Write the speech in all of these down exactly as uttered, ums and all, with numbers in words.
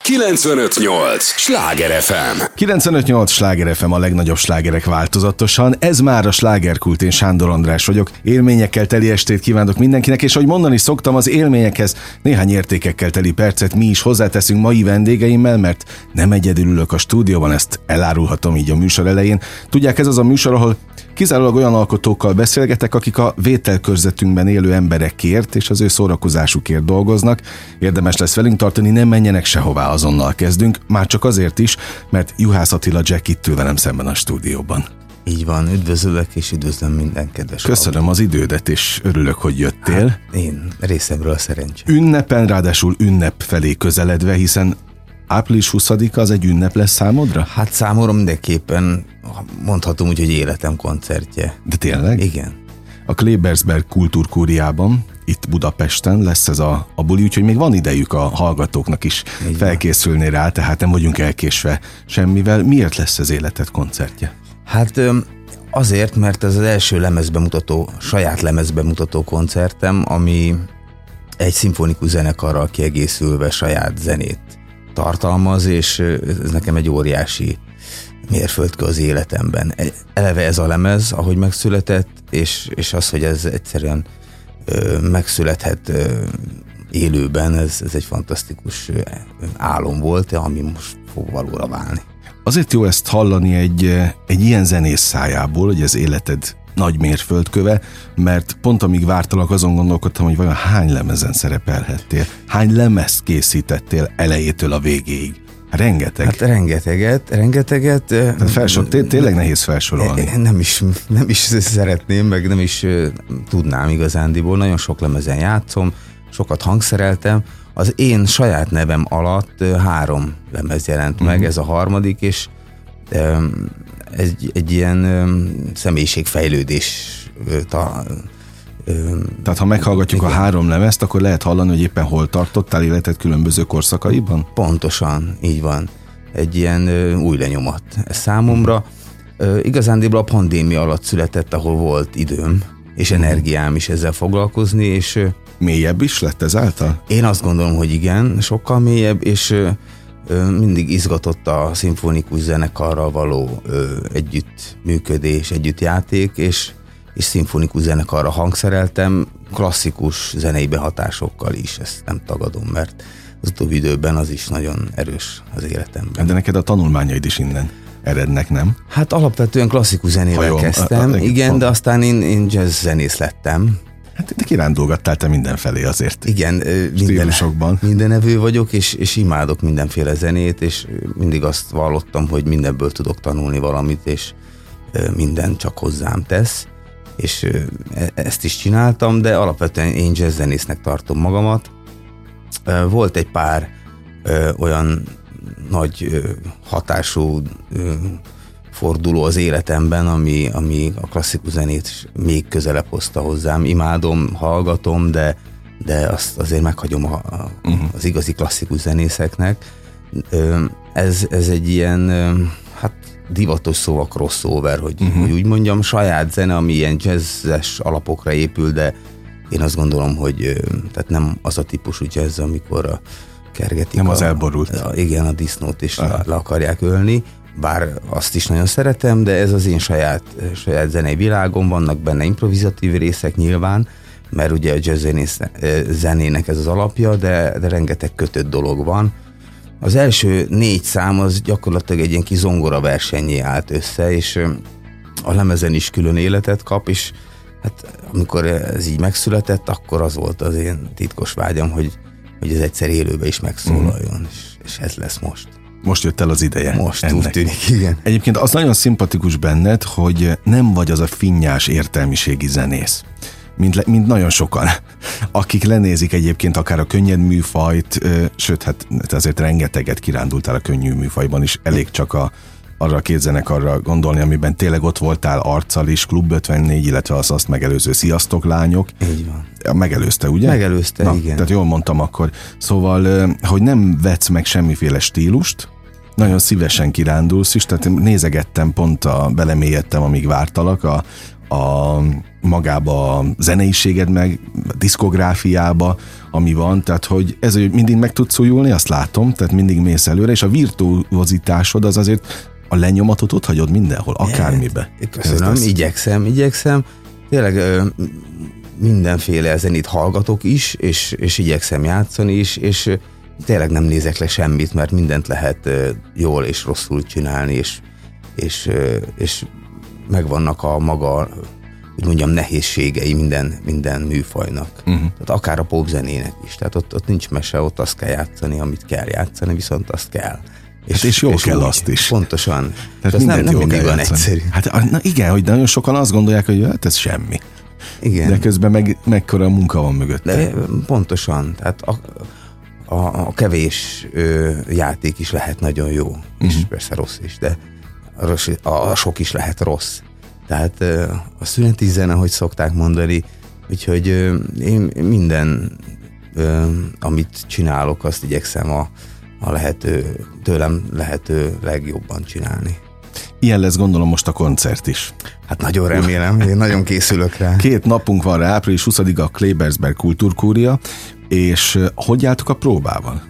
kilencvenöt nyolc Sláger ef em. kilencvenöt nyolc Sláger ef em, a legnagyobb slágerek változatosan. Ez már a Slágerkult, én Sándor András vagyok. Élményekkel teli estét kívánok mindenkinek, és ahogy mondani szoktam, az élményekhez néhány értékekkel teli percet mi is hozzáteszünk mai vendégeimmel, mert nem egyedül ülök a stúdióban, ezt elárulhatom így a műsor elején. Tudják, ez az a műsor, ahol kizárólag olyan alkotókkal beszélgetek, akik a vételkörzetünkben élő emberekért és az ő szórakozásukért dolgoznak. Érdemes lesz velünk tartani, nem menjenek sehová, azonnal kezdünk, már csak azért is, mert Juhász Attila Jack itt ül velem szemben a stúdióban. Így van, üdvözlök és üdvözlöm minden kedves Köszönöm hallgató. Az idődet, és örülök, hogy jöttél. Hát, én részemről a szerencsé. Ünnepen, ráadásul ünnep felé közeledve, hiszen április huszadika az egy ünnep lesz számodra? Hát számomra mindenképpen mondhatom úgy, hogy életem koncertje. De tényleg? Igen. A Klebersberg Kultúrkúriában, itt Budapesten lesz ez a, a buli, úgyhogy még van idejük a hallgatóknak is így felkészülni van rá, tehát nem vagyunk elkésve semmivel. Miért lesz ez életed koncertje? Hát azért, mert ez az első lemezbemutató, saját lemezbemutató koncertem, ami egy szimfonikus zenekarral kiegészülve saját zenét tartalmaz, és ez nekem egy óriási mérföldkő az életemben. Eleve ez a lemez, ahogy megszületett, és, és az, hogy ez egyszerűen ö, megszülethet ö, élőben, ez, ez egy fantasztikus ö, álom volt, ami most fog valóra válni. Azért jó ezt hallani egy, egy ilyen zenész szájából, hogy ez életed nagy mérföldköve, mert pont amíg vártalak, azon gondolkodtam, hogy vajon hány lemezen szerepelhettél, hány lemezt készítettél elejétől a végéig. Rengeteg. Hát rengeteget, rengeteget. Tehát felsor, té- tényleg nehéz felsorolni. Nem is, nem is szeretném, meg nem is tudnám igazándiból. Nagyon sok lemezen játszom, sokat hangszereltem. Az én saját nevem alatt három lemez jelent meg, uh-huh. ez a harmadik, és egy, egy ilyen személyiségfejlődés ta, Tehát ha meghallgatjuk igen. a három lemezt, akkor lehet hallani, hogy éppen hol tartottál életed különböző korszakaiban? Pontosan, így van. Egy ilyen ö, új lenyomat. Ez számomra ö, igazándiból a pandémia alatt született, ahol volt időm és energiám is ezzel foglalkozni, és ö, mélyebb is lett ezáltal? Én azt gondolom, hogy igen, sokkal mélyebb, és ö, ö, mindig izgatott a szimfonikus zenekarral való ö, együttműködés, együttjáték, és és szimfonikus zenekarra hangszereltem, klasszikus zenei behatásokkal is, ezt nem tagadom, mert az utóbbi időben az is nagyon erős az életemben. De neked a tanulmányaid is innen erednek, nem? Hát alapvetően klasszikus zenével Hajom, kezdtem, a, a, igen, pont. De aztán én, én jazz zenész lettem. Hát de kirándulgattál te mindenfelé azért. Igen, minden, mindenevő vagyok, és, és imádok mindenféle zenét, és mindig azt vallottam, hogy mindenből tudok tanulni valamit, és minden csak hozzám tesz. És ezt is csináltam, de alapvetően én jazzzenésznek tartom magamat. Volt egy pár ö, olyan nagy ö, hatású ö, forduló az életemben, ami, ami a klasszikus zenét még közelebb hozta hozzám. Imádom, hallgatom, de, de azt azért meghagyom a, a, az igazi klasszikus zenészeknek. Ö, ez, ez egy ilyen, ö, hát divatos szó a crossover, hogy, uh-huh. hogy úgy mondjam, saját zene, ami ilyen jazzes alapokra épül, de én azt gondolom, hogy tehát nem az a típusú jazz, amikor a kergetik. Nem a, az elborult. A, igen, a disznót is le, le akarják ölni, bár azt is nagyon szeretem, de ez az én saját, saját zenei világom, vannak benne improvizatív részek nyilván, mert ugye a jazz zenész, zenének ez az alapja, de, de rengeteg kötött dolog van. Az első négy szám az gyakorlatilag egy ilyen kis zongora versennyé állt össze, és a lemezen is külön életet kap, és hát amikor ez így megszületett, akkor az volt az én titkos vágyam, hogy, hogy ez egyszer élőben is megszólaljon, mm. és, és ez lesz most. Most jött el az ideje. Most ennek. úgy tűnik, igen. Egyébként az nagyon szimpatikus benned, hogy nem vagy az a finnyás értelmiségi zenész. Mint, mint nagyon sokan, akik lenézik egyébként akár a könnyed műfajt, sőt, hát azért rengeteget kirándultál a könnyű műfajban is, elég csak a, arra a két zenekarra gondolni, amiben tényleg ott voltál arccal is, Klub ötvennégy, illetve az azt megelőző Sziasztok lányok. Így van. Megelőzte, ugye? Megelőzte, Na, igen. Tehát jól mondtam akkor. Szóval, hogy nem vetsz meg semmiféle stílust, nagyon szívesen kirándulsz is, tehát nézegettem, pont a, belemélyedtem, amíg vártalak a a magába a zeneiséged meg, a diszkográfiába, ami van, tehát hogy ez, hogy mindig meg tudsz újulni, azt látom, tehát mindig mész előre, és a virtuozitásod az azért a lenyomatot ott hagyod mindenhol, akármibe. Köszönöm, igyekszem, igyekszem. Tényleg ö, mindenféle zenét hallgatok is, és, és igyekszem játszani is, és tényleg nem nézek le semmit, mert mindent lehet ö, jól és rosszul csinálni, és, és, ö, és megvannak a maga, hogy mondjam, nehézségei minden, minden műfajnak. Uh-huh. Tehát akár a popzenének is. Tehát ott, ott nincs mese, ott azt kell játszani, amit kell játszani, viszont azt kell. És, hát és jól és kell úgy, azt is. Pontosan. Tehát az nem, nem jól mindig van egyszerű. Hát na igen, hogy nagyon sokan azt gondolják, hogy hát ez semmi. Igen. De közben meg mekkora munka van mögötte. De pontosan. Tehát a, a, a kevés ö, játék is lehet nagyon jó. Uh-huh. És persze rossz is, de a, a sok is lehet rossz. Tehát ö, a szüneti zene, ahogy szokták mondani, úgyhogy ö, én minden, ö, amit csinálok, azt igyekszem a a lehető, tőlem lehető legjobban csinálni. Ilyen lesz gondolom most a koncert is. Hát nagyon remélem, én nagyon készülök rá. Két napunk van rá, április huszadika a Klebersberg Kultúrkúria, és hogy álltok a próbával?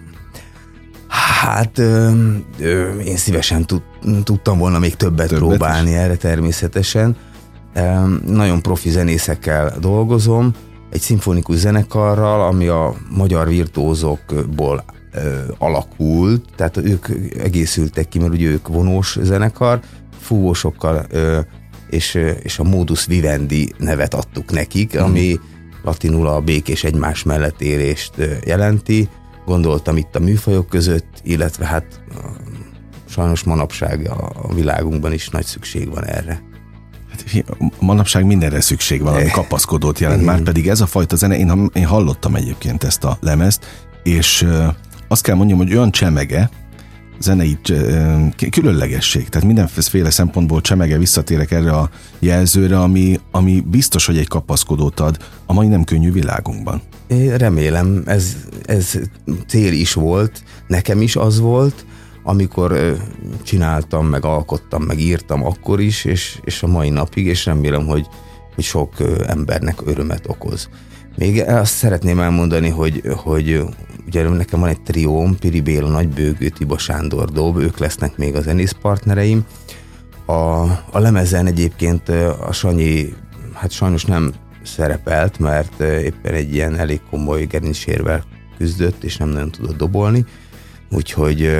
Hát ö, ö, én szívesen tud, tudtam volna még többet, többet próbálni is. Erre természetesen. E, nagyon profi zenészekkel dolgozom, egy szimfonikus zenekarral, ami a magyar virtuózokból Ö, alakult, tehát ők egészültek ki, mert ugye ők vonós zenekar, fúvósokkal, ö, és, és a modus vivendi nevet adtuk nekik, mm. ami latinul a békés egymás mellett élést jelenti. Gondoltam itt a műfajok között, illetve hát sajnos manapság a világunkban is nagy szükség van erre. Hát, manapság mindenre szükség van, ami kapaszkodót jelent. Már pedig ez a fajta zene, én, én hallottam egyébként ezt a lemezt, és azt kell mondjam, hogy olyan csemege, zenei különlegesség, tehát mindenféle szempontból csemege, visszatérek erre a jelzőre, ami, ami biztos, hogy egy kapaszkodót ad a mai nem könnyű világunkban. Én remélem, ez, ez cél is volt, nekem is az volt, amikor csináltam, meg alkottam, meg írtam akkor is, és, és a mai napig, és remélem, hogy, hogy sok embernek örömet okoz. Még azt szeretném elmondani, hogy, hogy ugye nekem van egy trióm, Piri Béla, Nagybőgő, Tiba Sándor, Dob, ők lesznek még a zenészpartnereim. A, a lemezen egyébként a Sanyi, hát sajnos nem szerepelt, mert éppen egy ilyen elég komoly gerincsérvel küzdött, és nem nagyon tudott dobolni. Úgyhogy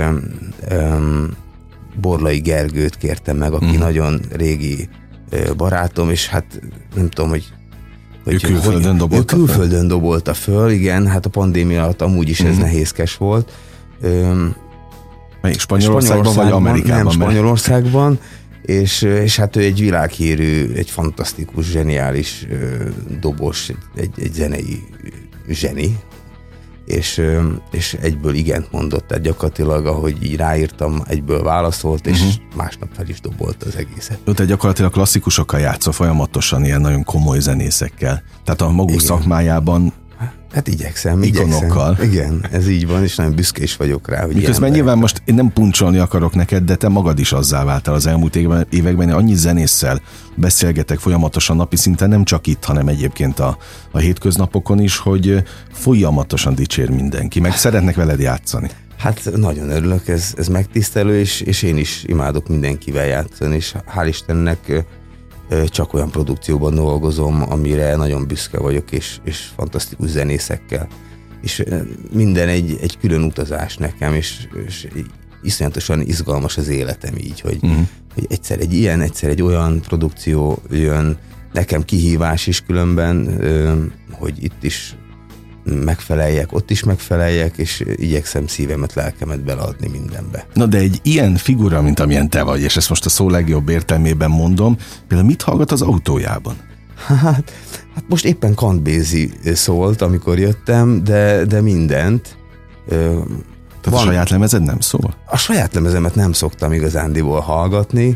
um, Borlai Gergőt kértem meg, aki mm. nagyon régi barátom, és hát nem tudom, hogy Ő külföldön dobolta föl? Külföldön dobolta föl, igen, hát a pandémia alatt amúgy is ez mm. nehézkes volt. Üm, Melyik Spanyolországban, vagy Amerikában? Nem, Spanyolországban, és, és hát ő egy világhírű, egy fantasztikus, zseniális dobos, egy, egy zenei zseni, és, és egyből igent mondott, tehát gyakorlatilag, ahogy így ráírtam, egyből válaszolt, és uh-huh. másnap fel is dobolt az egészet. Jó, tehát gyakorlatilag klasszikusokkal játszol folyamatosan, ilyen nagyon komoly zenészekkel. Tehát a maguk igen. szakmájában hát igyekszem, ikonokkal. igyekszem. Igen, ez így van, és nagyon büszke is vagyok rá. Hogy miközben nyilván most én nem puncsolni akarok neked, de te magad is azzá váltál az elmúlt években, években annyi zenésszel beszélgetek folyamatosan napi szinten, nem csak itt, hanem egyébként a, a hétköznapokon is, hogy folyamatosan dicsér mindenki, meg szeretnek veled játszani. Hát nagyon örülök, ez, ez megtisztelő, és, és én is imádok mindenkivel játszani, és hál' Istennek csak olyan produkcióban dolgozom, amire nagyon büszke vagyok, és, és fantasztikus zenészekkel. És minden egy, egy külön utazás nekem, és, és iszonyatosan izgalmas az életem így, hogy, uh-huh. hogy egyszer egy ilyen, egyszer egy olyan produkció jön, nekem kihívás is különben, hogy itt is megfeleljek, ott is megfeleljek, és igyekszem szívemet, lelkemet beleadni mindenbe. Na de egy ilyen figura, mint amilyen te vagy, és ezt most a szó legjobb értelmében mondom, például mit hallgat az autójában? Hát, hát most éppen Count Basie szólt, amikor jöttem, de, de mindent. Tehát van, a saját lemezed nem szól? A saját lemezemet nem szoktam igazándiból hallgatni.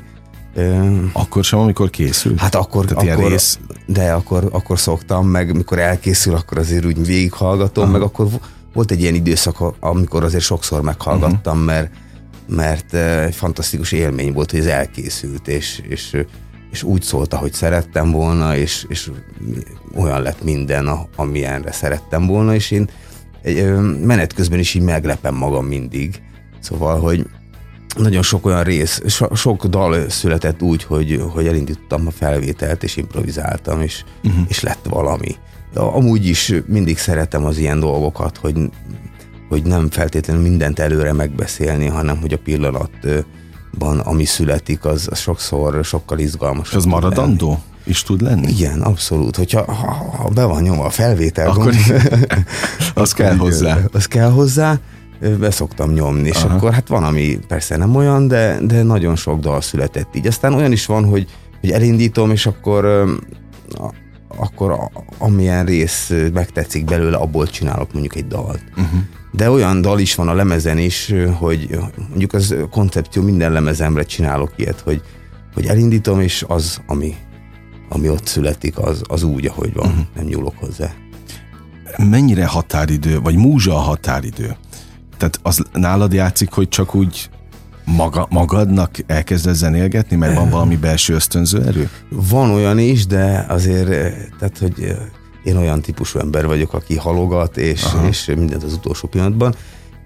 Akkor sem, amikor készül? Hát akkor, akkor rész... de akkor, akkor szoktam, meg mikor elkészül, akkor azért úgy végighallgatom, uh-huh. meg akkor volt egy ilyen időszak, amikor azért sokszor meghallgattam, uh-huh. mert, mert egy fantasztikus élmény volt, hogy ez elkészült, és, és, és úgy szólt, ahogy szerettem volna, és, és olyan lett minden, amilyenre szerettem volna, és én menet közben is így meglepem magam mindig. Szóval, hogy nagyon sok olyan rész, so, sok dal született úgy, hogy, hogy elindítottam a felvételt, és improvizáltam, és, uh-huh. és lett valami. De amúgy is mindig szeretem az ilyen dolgokat, hogy, hogy nem feltétlenül mindent előre megbeszélni, hanem hogy a pillanatban, ami születik, az, az sokszor sokkal izgalmasabb. Az maradandó lenni. Is tud lenni? Igen, abszolút. Hogyha ha, ha be van nyomva a felvétel, akkor az kell hozzá. Az kell hozzá. Be szoktam nyomni, és Aha. akkor hát van, ami persze nem olyan, de, de nagyon sok dal született így. Aztán olyan is van, hogy, hogy elindítom, és akkor, akkor amilyen rész megtetszik belőle, abból csinálok mondjuk egy dalt. Uh-huh. De olyan dal is van a lemezen is, hogy mondjuk az koncepció, minden lemezemre csinálok ilyet, hogy, hogy elindítom, és az, ami, ami ott születik, az, az úgy, ahogy van, uh-huh. nem nyúlok hozzá. Mennyire határidő, vagy múzsa a határidő? Tehát az nálad játszik, hogy csak úgy maga, magadnak elkezdesz zenélgetni, mert van valami belső ösztönző erő? Van olyan is, de azért, tehát, hogy én olyan típusú ember vagyok, aki halogat, és, és mindent az utolsó pillanatban,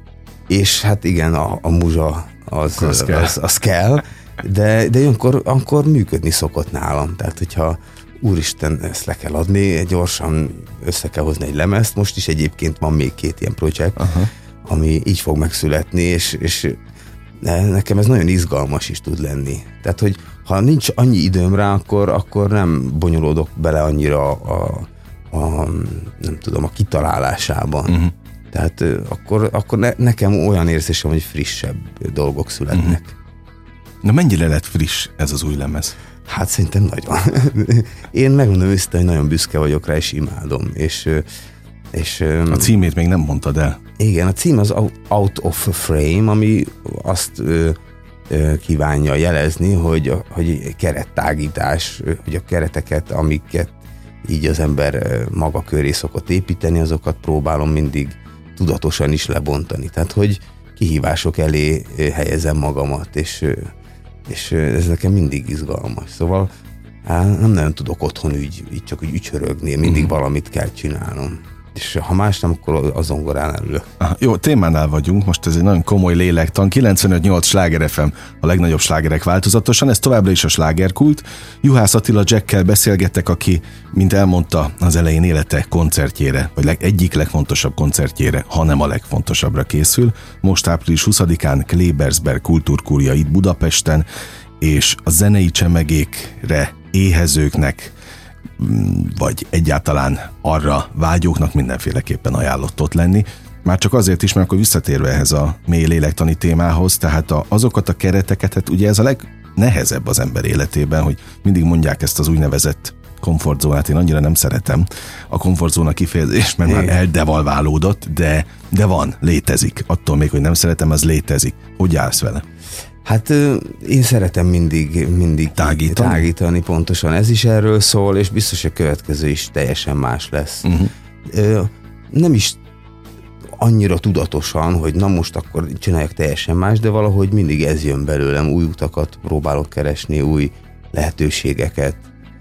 és hát igen, a, a múzsa az, az, kell. az, az kell, de, de akkor, akkor működni szokott nálam, tehát hogyha úristen, ezt le kell adni, gyorsan össze kell hozni egy lemezt, most is egyébként van még két ilyen projekt, Aha. ami így fog megszületni, és, és nekem ez nagyon izgalmas is tud lenni. Tehát, hogy ha nincs annyi időm rá, akkor, akkor nem bonyolódok bele annyira a, a, a nem tudom, a kitalálásában. Uh-huh. Tehát akkor, akkor ne, nekem olyan érzésem, hogy frissebb dolgok születnek. Uh-huh. Na mennyire lett friss ez az új lemez? Hát szerintem nagyon. Én megmondom őszintén, hogy nagyon büszke vagyok rá, és imádom. És, és, a címét még nem mondtad el. Igen, a cím az Out of Frame, ami azt ö, ö, kívánja jelezni, hogy, hogy kerettágítás, hogy a kereteket, amiket így az ember maga köré szokott építeni, azokat próbálom mindig tudatosan is lebontani. Tehát, hogy kihívások elé helyezem magamat, és, és ez nekem mindig izgalmas. Szóval hát, nem nagyon tudok otthon így, így csak úgy ücsörögni, mindig mm. valamit kell csinálnom. És ha más nem, akkor a zongoránál ülök. Aha, jó, témánál vagyunk, most ez egy nagyon komoly lélektan. kilencvenöt nyolc Sláger ef em, a legnagyobb slágerek változatosan, ez továbbra is a slágerkult. Juhász Attila Jackkel beszélgettek, aki, mint elmondta az elején, élete koncertjére, vagy leg, egyik legfontosabb koncertjére, hanem a legfontosabbra készül. Most április huszadikán Klebersberg kultúrkúria itt Budapesten, és a zenei csemegékre éhezőknek, vagy egyáltalán arra vágyóknak mindenféleképpen ajánlott ott lenni. Már csak azért is, mert akkor visszatérve ehhez a mély lélektani témához, tehát a, azokat a kereteket, hát ugye ez a legnehezebb az ember életében, hogy mindig mondják ezt az úgynevezett komfortzónát, én annyira nem szeretem a komfortzóna kifejezést, mert már eldevalválódott, de, de van, létezik. Attól még, hogy nem szeretem, az létezik. Hogy állsz vele? Hát én szeretem mindig, mindig tágítani? tágítani, pontosan ez is erről szól, és biztos, hogy a következő is teljesen más lesz. Uh-huh. Nem is annyira tudatosan, hogy na most akkor csináljak teljesen más, de valahogy mindig ez jön belőlem, új utakat próbálok keresni, új lehetőségeket.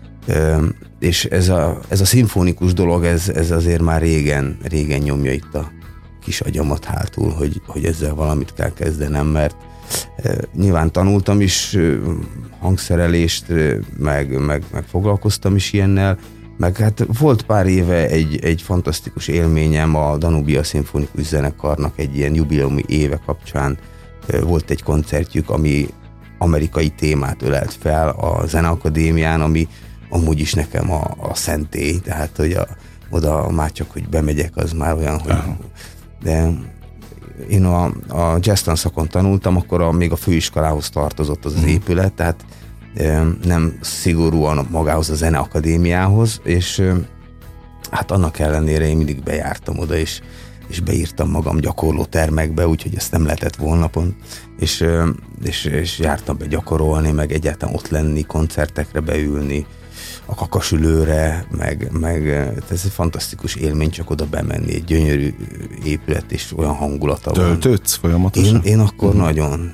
És ez a, ez a szimfonikus dolog, ez, ez azért már régen, régen nyomja itt a kis agyamat hátul, hogy, hogy ezzel valamit kell kezdenem, mert nyilván tanultam is hangszerelést, meg, meg, meg foglalkoztam is ilyennel, meg hát volt pár éve egy, egy fantasztikus élményem a Danubia Szimfonikus Zenekarnak egy ilyen jubileumi éve kapcsán. Volt egy koncertjük, ami amerikai témát ölelt fel a Zeneakadémián, ami amúgy is nekem a, a szentély, tehát hogy a, oda már csak, hogy bemegyek, az már olyan, hogy... De én a, a jazz tanszakon tanultam, akkor a, még a főiskolához tartozott az az épület, tehát e, nem szigorúan magához a Zeneakadémiához, és e, hát annak ellenére én mindig bejártam oda, és, és beírtam magam gyakorló termekbe, úgyhogy ezt nem lehetett volna pont, és, e, és, és jártam be gyakorolni, meg egyáltalán ott lenni, koncertekre beülni, a kakasülőre, meg, meg ez egy fantasztikus élmény csak oda bemenni, egy gyönyörű épület és olyan hangulata van. Töltődsz folyamatosan? Én, én akkor uh-huh. nagyon.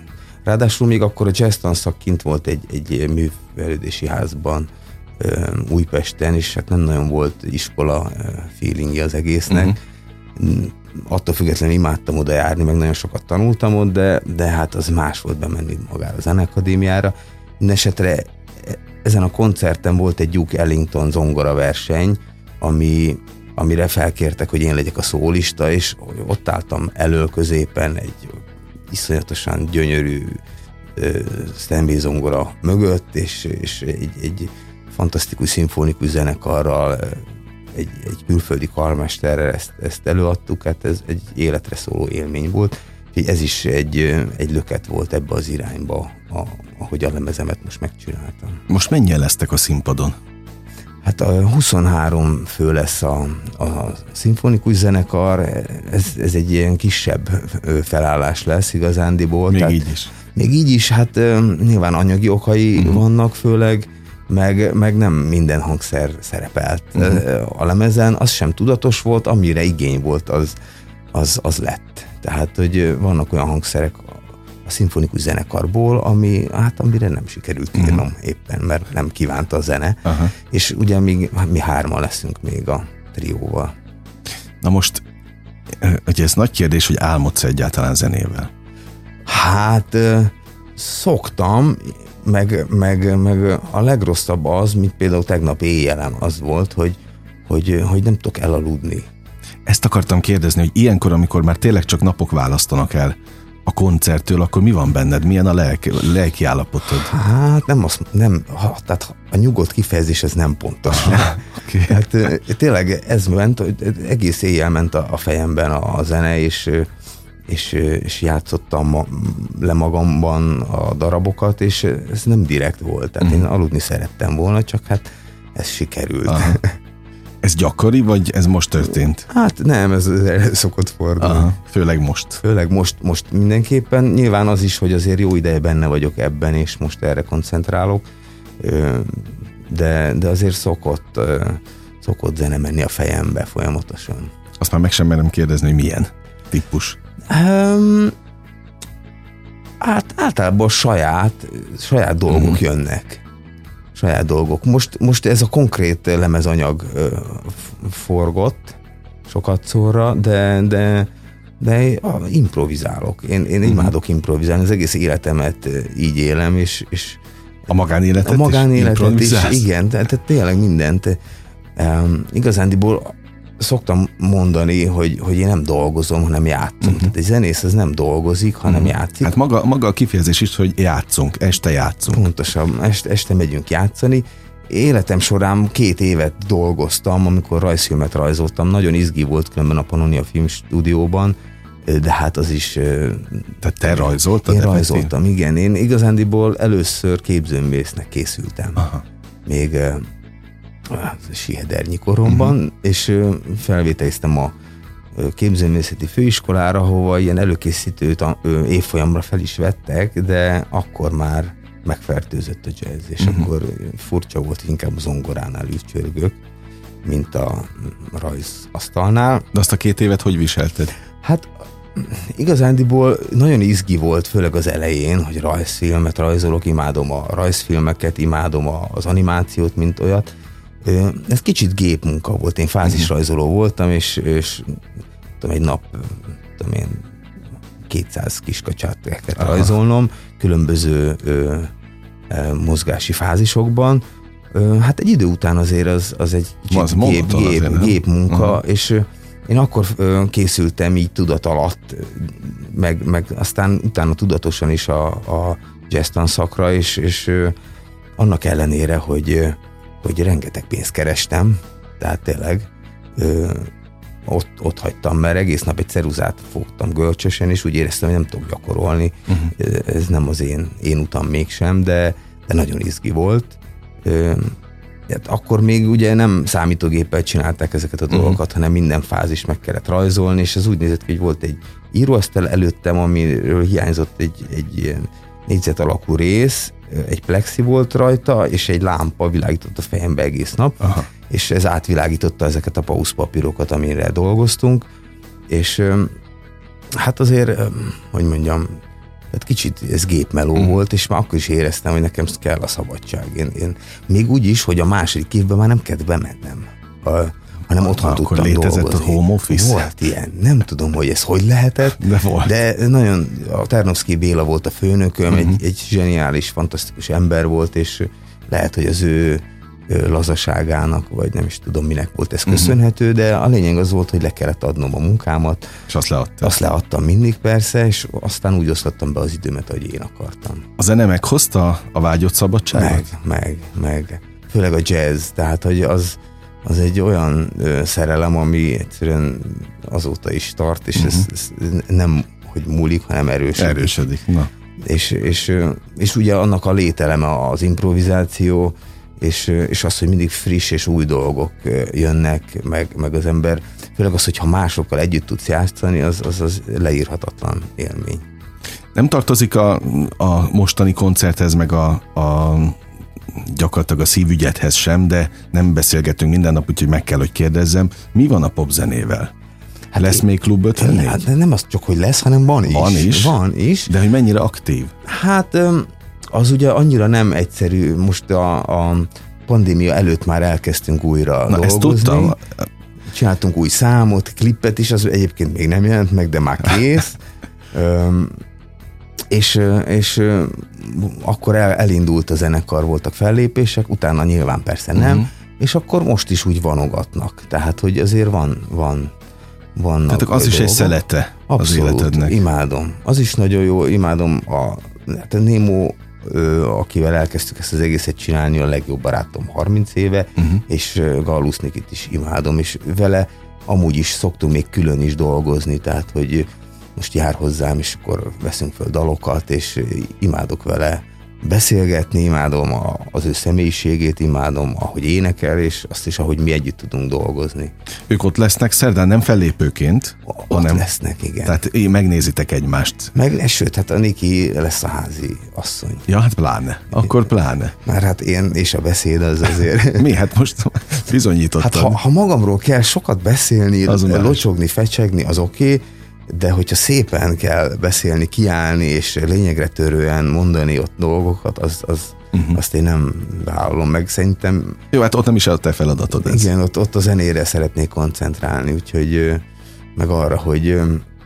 Ráadásul még akkor a jazz tanszak kint volt egy, egy művelődési házban Újpesten, és hát nem nagyon volt iskola feelingi az egésznek. Uh-huh. Attól függetlenül imádtam oda járni, meg nagyon sokat tanultam ott, de, de hát az más volt bemenni magára a Zeneakadémiára. Mindenesetre ezen a koncerten volt egy Duke Ellington zongora verseny, ami, amire felkértek, hogy én legyek a szólista, és ott álltam elől középen egy iszonyatosan gyönyörű uh, Stanley zongora mögött, és, és egy, egy fantasztikus szimfonikus zenekarral, egy, egy külföldi karmesterrel ezt, ezt előadtuk, hát ez egy életre szóló élmény volt, úgyhogy ez is egy, egy löket volt ebbe az irányba, a, ahogy a lemezemet most megcsináltam. Most mennyien lesztek a színpadon? Hát a huszonhárom fő lesz a, a szimfonikus zenekar, ez, ez egy ilyen kisebb felállás lesz igazándiból. Még így is. Még így is, hát nyilván anyagi okai uh-huh. vannak főleg, meg, meg nem minden hangszer szerepelt uh-huh. a lemezen, az sem tudatos volt, amire igény volt, az, az, az lett. Tehát, hogy vannak olyan hangszerek a szimfonikus zenekarból, ami, hát amire nem sikerült írnom uh-huh. éppen, mert nem kívánta a zene, uh-huh. és ugye mi, mi hárman leszünk még a trióval. Na most, ugye ez nagy kérdés, hogy álmodsz egyáltalán zenével? Hát szoktam, meg, meg, meg a legrosszabb az, mint például tegnap éjjelen az volt, hogy, hogy, hogy nem tudok elaludni. Ezt akartam kérdezni, hogy ilyenkor, amikor már tényleg csak napok választanak el a koncerttől, akkor mi van benned? Milyen a lelki, lelki állapotod? Hát nem, azt, nem ha, tehát a nyugodt kifejezés ez nem pontos. Okay. Hát tényleg ez ment, egész éjjel ment a, a fejemben a, a zene, és, és, és játszottam le magamban a darabokat, és ez nem direkt volt. Tehát uh-huh. én aludni szerettem volna, csak hát ez sikerült. Aha. Ez gyakori, vagy ez most történt? Hát nem, ez, ez szokott fordulni. Aha, főleg most. Főleg most, most mindenképpen. Nyilván az is, hogy azért jó ideje benne vagyok ebben, és most erre koncentrálok, de, de azért szokott, szokott zene menni a fejembe folyamatosan. Azt már meg sem merem kérdezni, hogy milyen típus? Um, hát általában saját, saját dolgok mm. jönnek. Saját dolgok. Most, most ez a konkrét lemezanyag ö, forgott sokat szorra, de, de, de improvizálok. Én, én uh-huh. imádok improvizálni, az egész életemet így élem, és, és a magánéletet, a magánéletet is, is, igen, tehát, tehát tényleg mindent. Um, igazándiból szoktam mondani, hogy, hogy én nem dolgozom, hanem játszom. Uh-huh. Tehát egy zenész az nem dolgozik, hanem uh-huh. játszik. Hát maga, maga a kifejezés is, hogy játszunk, este játszunk. Pontosan, este, este megyünk játszani. Életem során két évet dolgoztam, amikor rajzfilmet rajzoltam. Nagyon izgi volt különben a Pannonia Filmstúdióban, de hát az is... Tehát te rajzoltad? Én rajzoltam, igen. Én igazándiból először képzőművésznek készültem. Aha. Még sihedernyi koromban, uh-huh. és felvételiztem a képzőművészeti főiskolára, hova ilyen előkészítőt évfolyamra fel is vettek, de akkor már megfertőzött a jazz, és uh-huh. akkor furcsa volt, hogy inkább a zongoránál ügycsörgök, mint a rajzasztalnál. De azt a két évet hogy viselted? Hát igazándiból nagyon izgi volt, főleg az elején, hogy rajzfilmet rajzolok, imádom a rajzfilmeket, imádom az animációt, mint olyat. Ez kicsit gépmunka volt, én fázisrajzoló voltam, és, és tudom, egy nap tudom én, kétszáz kiskacsát kellett rajzolnom, különböző ö, ö, mozgási fázisokban. Ö, hát egy idő után azért az, az egy kicsit gép, gép, azért, gépmunka, uh-huh. és ö, én akkor ö, készültem így tudat alatt, meg, meg aztán utána tudatosan is a, a jazz tanszakra, és, és ö, annak ellenére, hogy hogy rengeteg pénzt kerestem, tehát tényleg ö, ott, ott hagytam, mert egész nap egy ceruzát fogtam görcsösen, és úgy éreztem, hogy nem tudok gyakorolni. Uh-huh. Ez nem az én, én utam mégsem, de, de nagyon izgi volt. Ö, hát akkor még ugye nem számítógéppel csinálták ezeket a dolgokat, uh-huh. hanem minden fázis meg kellett rajzolni, és ez úgy nézett ki, hogy volt egy íróasztal előttem, amiről hiányzott egy, egy ilyen négyzet alakú rész, egy plexi volt rajta, és egy lámpa világított a fejembe egész nap, aha. és ez átvilágította ezeket a pauszpapírokat, amire dolgoztunk, és hát azért, hogy mondjam, Tehát kicsit ez gépmeló mm. volt, és már akkor is éreztem, hogy nekem kell a szabadság. Én, én még úgy is, hogy a második évben már nem kellett bemennem, a, hanem otthon akkor tudtam létezett dolgozni. A home office? Volt ilyen. Nem tudom, hogy ez hogy lehetett, de, volt. de nagyon, a Ternovszky Béla volt a főnököm, mm-hmm. egy, egy zseniális, fantasztikus ember volt, és lehet, hogy az ő lazaságának, vagy nem is tudom, minek volt ez köszönhető, de a lényeg az volt, hogy le kellett adnom a munkámat. És azt leadtam. Azt leadtam mindig persze, és aztán úgy osztottam be az időmet, ahogy én akartam. A zene meghozta a vágyott szabadságot? Meg, meg, meg. Főleg a jazz, tehát hogy az, az egy olyan ö, szerelem, ami egyszerűen azóta is tart, és uh-huh. ez, ez nem, hogy múlik, hanem erősödik. Erősödik, na. És, és, és ugye annak a lételeme az improvizáció, És, és az, hogy mindig friss és új dolgok jönnek, meg, meg az ember, főleg az, hogyha másokkal együtt tudsz játszani, az, az, az leírhatatlan élmény. Nem tartozik a, a mostani koncerthez, meg a, a gyakorlatilag a szívügyedhez sem, de nem beszélgetünk minden nap, úgyhogy meg kell, hogy kérdezzem, mi van a popzenével? Hát lesz én, még Klub ötvennégy? Hát nem az csak, hogy lesz, hanem van is. Van is? Van is. De hogy mennyire aktív? Hát az ugye annyira nem egyszerű, most a, a pandémia előtt már elkezdtünk újra Na, dolgozni. Ezt tudtam. Csináltunk új számot, klippet is, az egyébként még nem jelent meg, de már kész. Öm, és, és akkor el, elindult a zenekar, voltak fellépések, utána nyilván persze nem, uh-huh. és akkor most is úgy vanogatnak. Tehát, hogy azért van, van vannak. Tehát az dolgok. Is egy szelete Abszolút, az életednek. Imádom. Az is nagyon jó, imádom a, hát a Nemo, ö, akivel elkezdtük ezt az egészet csinálni, a legjobb barátom harminc éve, uh-huh. és Gallus Nikit is imádom, és vele amúgy is szoktunk még külön is dolgozni, tehát, hogy most jár hozzám, és akkor veszünk föl dalokat, és imádok vele beszélgetni, imádom a, az ő személyiségét, imádom, ahogy énekel, és azt is, ahogy mi együtt tudunk dolgozni. Ők ott lesznek szerdán, nem fellépőként? Ott hanem, lesznek, igen. Tehát én megnézitek egymást. Meg, sőt, hát a Niki lesz a házi asszony. Ja, hát pláne. Akkor pláne. Már hát én és a beszéd az azért... Mi? Hát most bizonyítottam. Hát ha, ha magamról kell sokat beszélni, az locsogni, fecsegni, az oké, okay, de hogyha szépen kell beszélni, kiállni, és lényegre törően mondani ott dolgokat, az, az, uh-huh. azt én nem vállalom meg. Szerintem... Jó, hát ott nem is a te feladatod ez. Igen, ott, ott a zenére szeretnék koncentrálni, úgyhogy meg arra, hogy,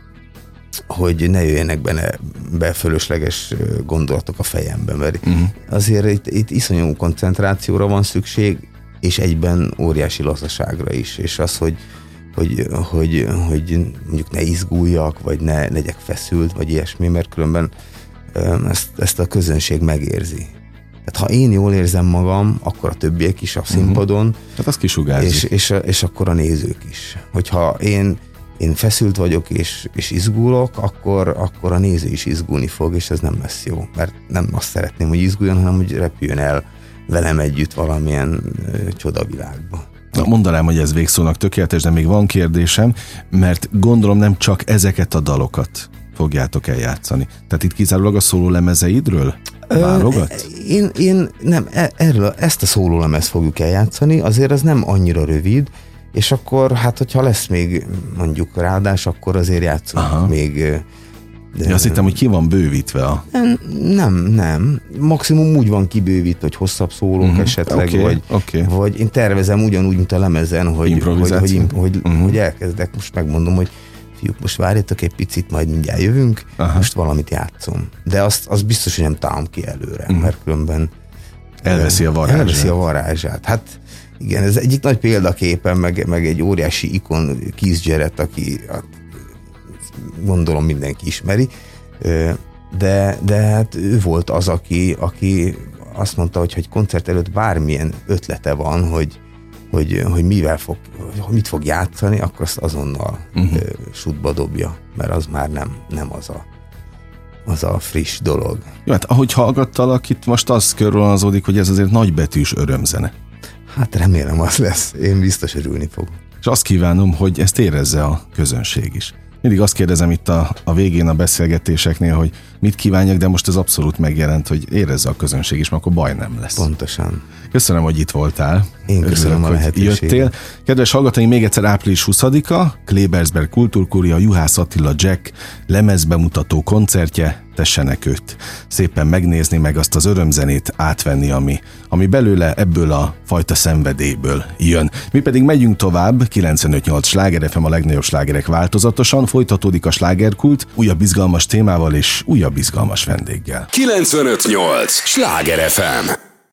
hogy ne jöjjenek benne be fölösleges gondolatok a fejemben, mert uh-huh. azért itt, itt iszonyú koncentrációra van szükség, és egyben óriási lazaságra is, és az, hogy Hogy, hogy, hogy mondjuk ne izguljak, vagy ne legyek feszült, vagy ilyesmi, mert különben ezt, ezt a közönség megérzi. Tehát ha én jól érzem magam, akkor a többiek is a színpadon. Uh-huh. Tehát az kisugárzik. És, és, és akkor a nézők is. Hogyha én, én feszült vagyok, és, és izgulok, akkor, akkor a néző is izgulni fog, és ez nem lesz jó. Mert nem azt szeretném, hogy izguljon, hanem hogy repüljön el velem együtt valamilyen ö, csodavilágba. Na, mondanám, hogy ez végszónak tökéletes, de még van kérdésem, mert gondolom nem csak ezeket a dalokat fogjátok eljátszani. Tehát itt kizárólag a szólólemezeidről válogat? Én, én nem, erről, ezt a szólólemezt fogjuk eljátszani, azért az nem annyira rövid, és akkor, hát hogyha lesz még mondjuk ráadás, akkor azért játszunk Aha. még... De azt hittem, hogy ki van bővítve a... Nem, nem. Maximum úgy van kibővítve, hogy hosszabb szólók uh-huh. esetleg, okay, vagy, okay. vagy én tervezem ugyanúgy, mint a lemezen, hogy, hogy, hogy, hogy, uh-huh. hogy elkezdek. Most megmondom, hogy fiúk, most várjatok egy picit, majd mindjárt jövünk, uh-huh. most valamit játszom. De azt, azt biztos, hogy nem találom ki előre, uh-huh. mert különben... Elveszi a varázsát. Elveszi a varázsát. Hát igen, ez egyik nagy példaképen, meg, meg egy óriási ikon, Keith Jarrett, aki... gondolom mindenki ismeri, de, de hát ő volt az, aki, aki azt mondta, hogy, hogy koncert előtt bármilyen ötlete van, hogy, hogy, hogy mivel fog, hogy mit fog játszani, akkor azt azonnal uh-huh. sútba dobja, mert az már nem, nem az a az a friss dolog. Jó, hát ahogy hallgattalak, itt most az körülazódik, hogy ez azért nagybetűs örömzene. Hát remélem az lesz, én biztos örülni fogok. És azt kívánom, hogy ezt érezze a közönség is. Mindig azt kérdezem itt a, a végén a beszélgetéseknél, hogy mit kívánjak, de most ez abszolút megjelent, hogy érezze a közönség is, mert akkor baj nem lesz. Pontosan. Köszönöm, hogy itt voltál. Én köszönöm Örülök, a lehetőséget. Jöttél. Kedves hallgatóink, még egyszer április huszadika, Klebersberg Kultúrkúria, Juhász Attila Jack lemezbemutató koncertje, tessenek őt szépen megnézni, meg azt az örömzenét átvenni, ami, ami belőle ebből a fajta szenvedélyből jön. Mi pedig megyünk tovább, kilencvenöt nyolc Sláger ef em, a legnagyobb slágerek változatosan, folytatódik a slágerkult, újabb izgalmas témával és újabb izgalmas vendéggel. kilencvenöt nyolc Sláger ef em.